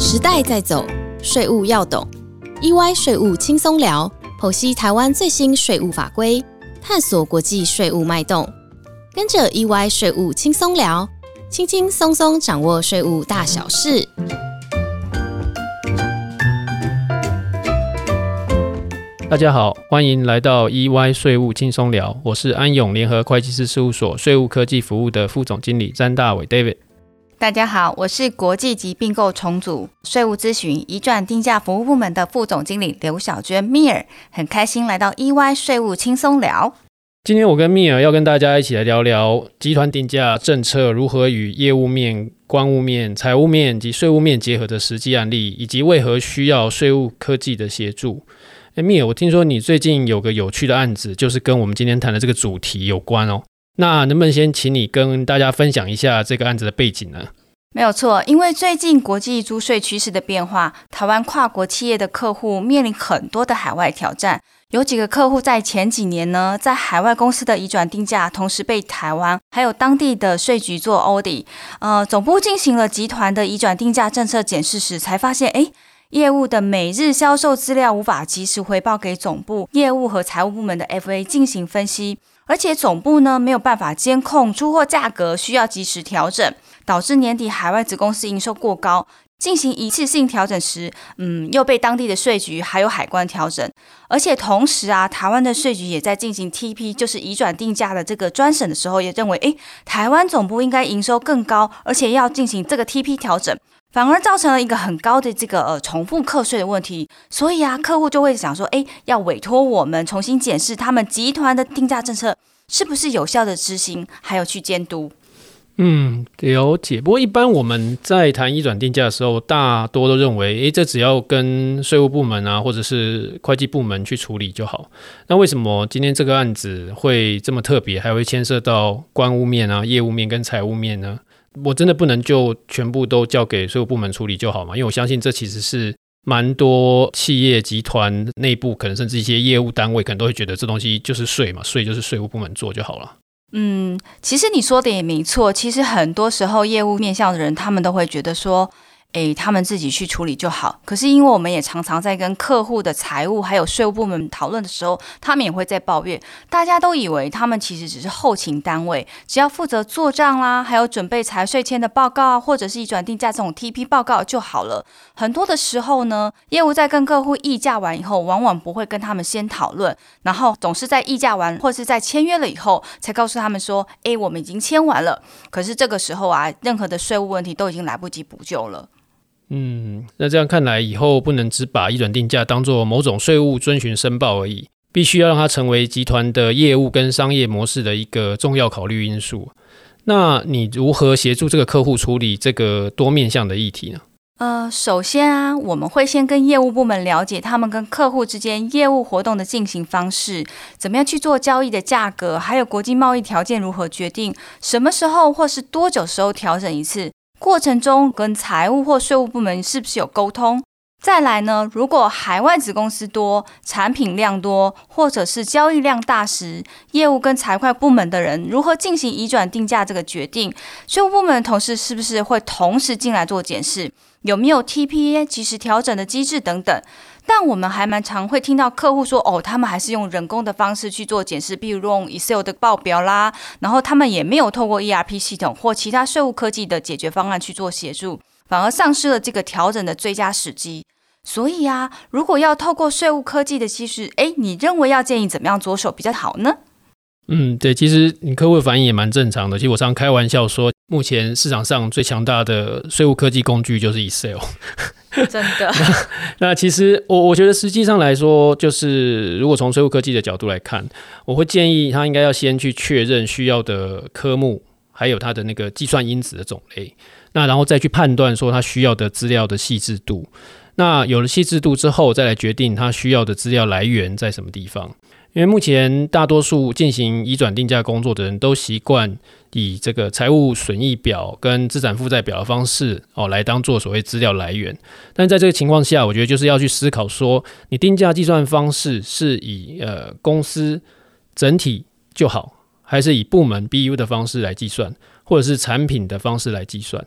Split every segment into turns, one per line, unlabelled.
时代在走，税务要懂。EY 税务轻松聊，剖析台湾最新税务法规，探索国际税务脉动。跟着 EY 税务轻松聊，轻轻松松掌握税务大小事。
大家好，欢迎来到 EY 税务轻松聊，我是安永联合会计师事务所税务科技服务的副总经理詹大伟 David。
大家好，我是国际及并购重组税务咨询移转定价服务部门的副总经理刘小娟 Mia， 很开心来到 EY 税务轻松聊。
今天我跟 Mia 要跟大家一起来聊聊集团定价政策如何与业务面、关务面、财务面及税务面结合的实际案例，以及为何需要税务科技的协助。Mia， 我听说你最近有个有趣的案子，就是跟我们今天谈的这个主题有关哦。那能不能先请你跟大家分享一下这个案子的背景呢？
没有错，因为最近国际租税趋势的变化，台湾跨国企业的客户面临很多的海外挑战。有几个客户在前几年呢，在海外公司的移转定价，同时被台湾还有当地的税局做 audit，总部进行了集团的移转定价政策检视时，才发现，业务的每日销售资料无法及时回报给总部业务和财务部门的 FA 进行分析，而且总部呢没有办法监控出货价格，需要及时调整，导致年底海外子公司营收过高，进行一次性调整时，又被当地的税局还有海关调整，而且同时台湾的税局也在进行 TP， 就是移转定价的这个专审的时候，也认为，台湾总部应该营收更高，而且要进行这个 TP 调整。反而造成了一个很高的这个重复课税的问题，所以客户就会想说，要委托我们重新检视他们集团的定价政策是不是有效的执行，还有去监督。
了解。不过一般我们在谈移转定价的时候，大多都认为，这只要跟税务部门或者是会计部门去处理就好。那为什么今天这个案子会这么特别，还会牵涉到关务面业务面跟财务面呢？我真的不能就全部都交给税务部门处理就好吗？因为我相信这其实是蛮多企业集团内部，可能甚至一些业务单位可能都会觉得这东西就是税嘛，税就是税务部门做就好了。
其实你说的也没错，其实很多时候业务面向的人，他们都会觉得说，他们自己去处理就好。可是因为我们也常常在跟客户的财务还有税务部门讨论的时候，他们也会在抱怨，大家都以为他们其实只是后勤单位，只要负责做账啦，还有准备财税签的报告或者是移转定价这种 TP 报告就好了。很多的时候呢，业务在跟客户议价完以后，往往不会跟他们先讨论，然后总是在议价完或是在签约了以后，才告诉他们说，我们已经签完了。可是这个时候任何的税务问题都已经来不及补救了。
那这样看来，以后不能只把移转定价当作某种税务遵循申报而已，必须要让它成为集团的业务跟商业模式的一个重要考虑因素。那你如何协助这个客户处理这个多面向的议题呢？
首先我们会先跟业务部门了解他们跟客户之间业务活动的进行方式，怎么样去做交易的价格，还有国际贸易条件如何决定，什么时候或是多久时候调整一次，过程中跟财务或税务部门是不是有沟通。再来呢，如果海外子公司多、产品量多，或者是交易量大时，业务跟财会部门的人如何进行移转定价这个决定，税务部门的同事是不是会同时进来做检视，有没有 TPA 及时调整的机制等等。但我们还蛮常会听到客户说，他们还是用人工的方式去做检视，比如用 Excel 的报表啦，然后他们也没有透过 ERP 系统或其他税务科技的解决方案去做协助，反而丧失了这个调整的最佳时机。所以如果要透过税务科技的机制，你认为要建议怎么样着手比较好呢？
对，其实你客户的反应也蛮正常的。其实我常开玩笑说，目前市场上最强大的税务科技工具就是 Excel。
真的。
那其实我觉得实际上来说，就是如果从税务科技的角度来看，我会建议他应该要先去确认需要的科目，还有它的那个计算因子的种类，那然后再去判断说他需要的资料的细致度。那有了细致度之后，再来决定他需要的资料来源在什么地方。因为目前大多数进行移转定价工作的人都习惯以这个财务损益表跟资产负债表的方式来当做所谓资料来源。但在这个情况下，我觉得就是要去思考说，你定价计算方式是以公司整体就好，还是以部门 BU 的方式来计算，或者是产品的方式来计算。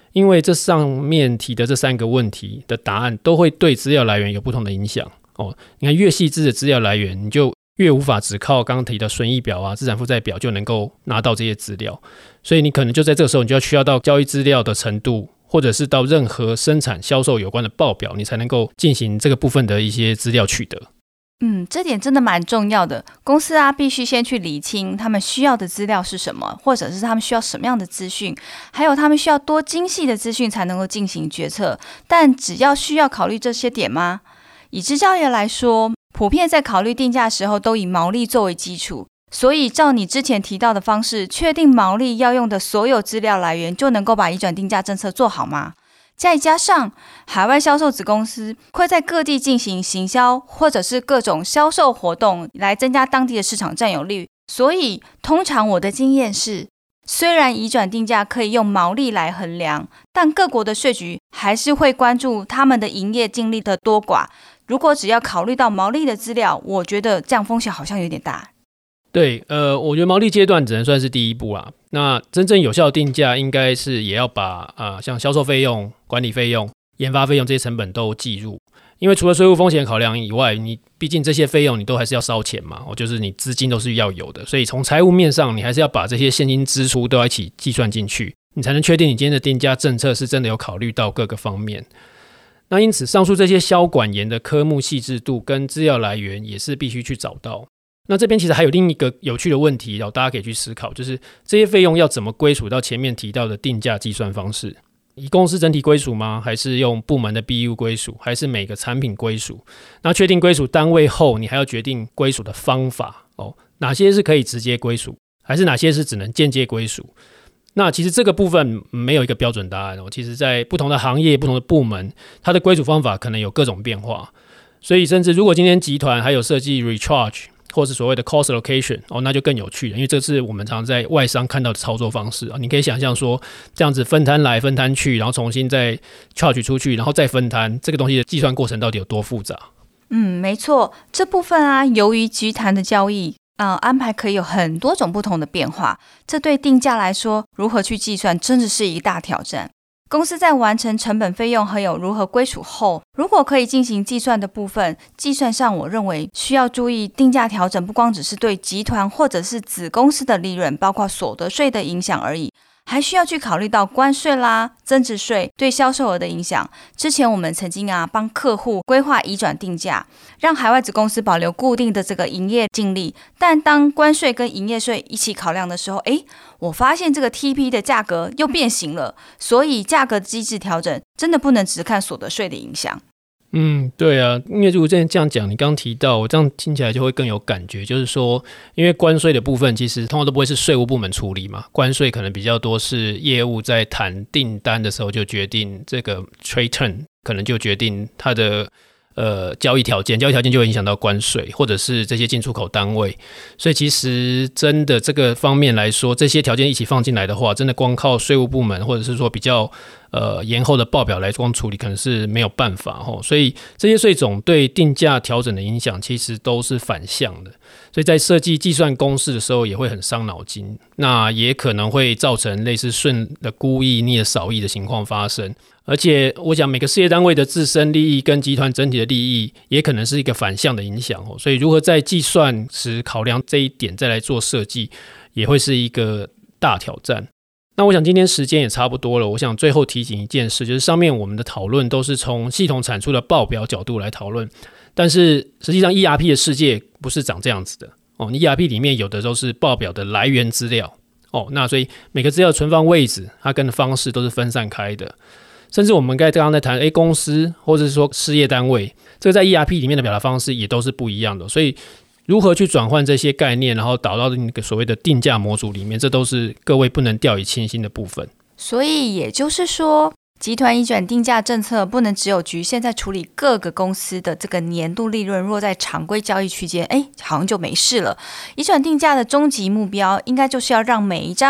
因为这上面提的这3个问题的答案都会对资料来源有不同的影响你看越细致的资料来源，你就越无法只靠刚刚提的损益表啊、资产负债表就能够拿到这些资料，所以你可能就在这个时候，你就要需要到交易资料的程度，或者是到任何生产销售有关的报表，你才能够进行这个部分的一些资料取得。
这点真的蛮重要的。公司必须先去理清他们需要的资料是什么，或者是他们需要什么样的资讯，还有他们需要多精细的资讯才能够进行决策。但只要需要考虑这些点吗？以制造业来说，普遍在考虑定价的时候都以毛利作为基础，所以照你之前提到的方式，确定毛利要用的所有资料来源，就能够把移转定价政策做好吗？再加上海外销售子公司会在各地进行行销或者是各种销售活动来增加当地的市场占有率，所以通常我的经验是，虽然移转定价可以用毛利来衡量，但各国的税局还是会关注他们的营业净利的多寡。如果只要考虑到毛利的资料，我觉得这样风险好像有点大。
对，我觉得毛利阶段只能算是第一步啦。那真正有效的定价，应该是也要把像销售费用、管理费用、研发费用这些成本都计入。因为除了税务风险考量以外，你毕竟这些费用你都还是要烧钱嘛，就是你资金都是要有的，所以从财务面上，你还是要把这些现金支出都要一起计算进去，你才能确定你今天的定价政策是真的有考虑到各个方面。那因此，上述这些销管研的科目细致度跟资料来源也是必须去找到。那这边其实还有另一个有趣的问题，大家可以去思考，就是这些费用要怎么归属到前面提到的定价计算方式？以公司整体归属吗？还是用部门的 BU 归属？还是每个产品归属？那确定归属单位后，你还要决定归属的方法哪些是可以直接归属，还是哪些是只能间接归属？那其实这个部分没有一个标准答案其实在不同的行业、不同的部门，它的归属方法可能有各种变化。所以甚至如果今天集团还有设计 recharge 或是所谓的 cost allocation 那就更有趣了，因为这是我们常在外商看到的操作方式你可以想象说，这样子分摊来分摊去，然后重新再 charge 出去，然后再分摊，这个东西的计算过程到底有多复杂？
没错，这部分由于集团的交易安排可以有很多种不同的变化，这对定价来说，如何去计算真的是一大挑战。公司在完成成本费用还有如何归属后，如果可以进行计算的部分，计算上我认为需要注意定价调整不光只是对集团或者是子公司的利润，包括所得税的影响而已，还需要去考虑到关税啦、增值税对销售额的影响。之前我们曾经帮客户规划移转定价，让海外子公司保留固定的这个营业净利，但当关税跟营业税一起考量的时候，我发现这个 TP 的价格又变形了，所以价格机制调整真的不能只看所得税的影响。
对啊，因为如果这样讲，你刚刚提到，我这样听起来就会更有感觉，就是说，因为关税的部分其实通常都不会是税务部门处理嘛，关税可能比较多是业务在谈订单的时候就决定这个 trade term， 可能就决定它的交易条件就会影响到关税，或者是这些进出口单位，所以其实真的这个方面来说，这些条件一起放进来的话，真的光靠税务部门或者是说比较延后的报表来光处理，可能是没有办法所以这些税种对定价调整的影响其实都是反向的，所以在设计计算公式的时候也会很伤脑筋，那也可能会造成类似顺的估益逆的少益的情况发生。而且我想每个事业单位的自身利益跟集团整体的利益也可能是一个反向的影响所以如何在计算时考量这一点再来做设计，也会是一个大挑战。那我想今天时间也差不多了，我想最后提醒一件事，就是上面我们的讨论都是从系统产出的报表角度来讨论，但是实际上 ERP 的世界不是长这样子的ERP 里面有的都是报表的来源资料那所以每个资料存放位置它跟方式都是分散开的，甚至我们刚刚在谈公司或者是说事业单位，这个在 ERP 里面的表达方式也都是不一样的，所以如何去转换这些概念，然后导到那个所谓的定价模组里面，这都是各位不能掉以轻心的部分。
所以也就是说，集团移转定价政策不能只有局限在处理各个公司的这个年度利润，若在常规交易区间好像就没事了。移转定价的终极目标应该就是要让每一张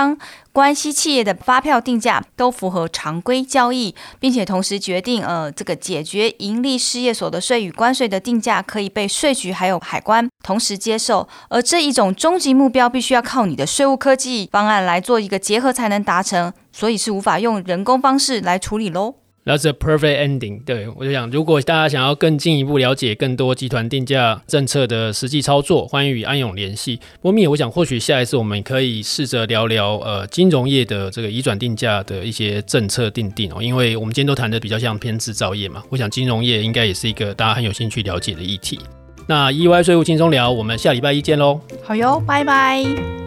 关系企业的发票定价都符合常规交易，并且同时决定这个解决盈利事业所得税与关税的定价可以被税局还有海关同时接受，而这一种终极目标必须要靠你的税务科技方案来做一个结合才能达成，所以是无法用人工方式来处理咯。
That's a perfect ending。 对，我就想如果大家想要更进一步了解更多集团定价政策的实际操作，欢迎与安永联系。不过蜜我想或许下一次我们可以试着聊聊金融业的这个移转定价的一些政策定定因为我们今天都谈的比较像偏制造业嘛，我想金融业应该也是一个大家很有兴趣了解的议题。那EY 税务轻松聊，我们下礼拜一见咯。
好哟，拜拜。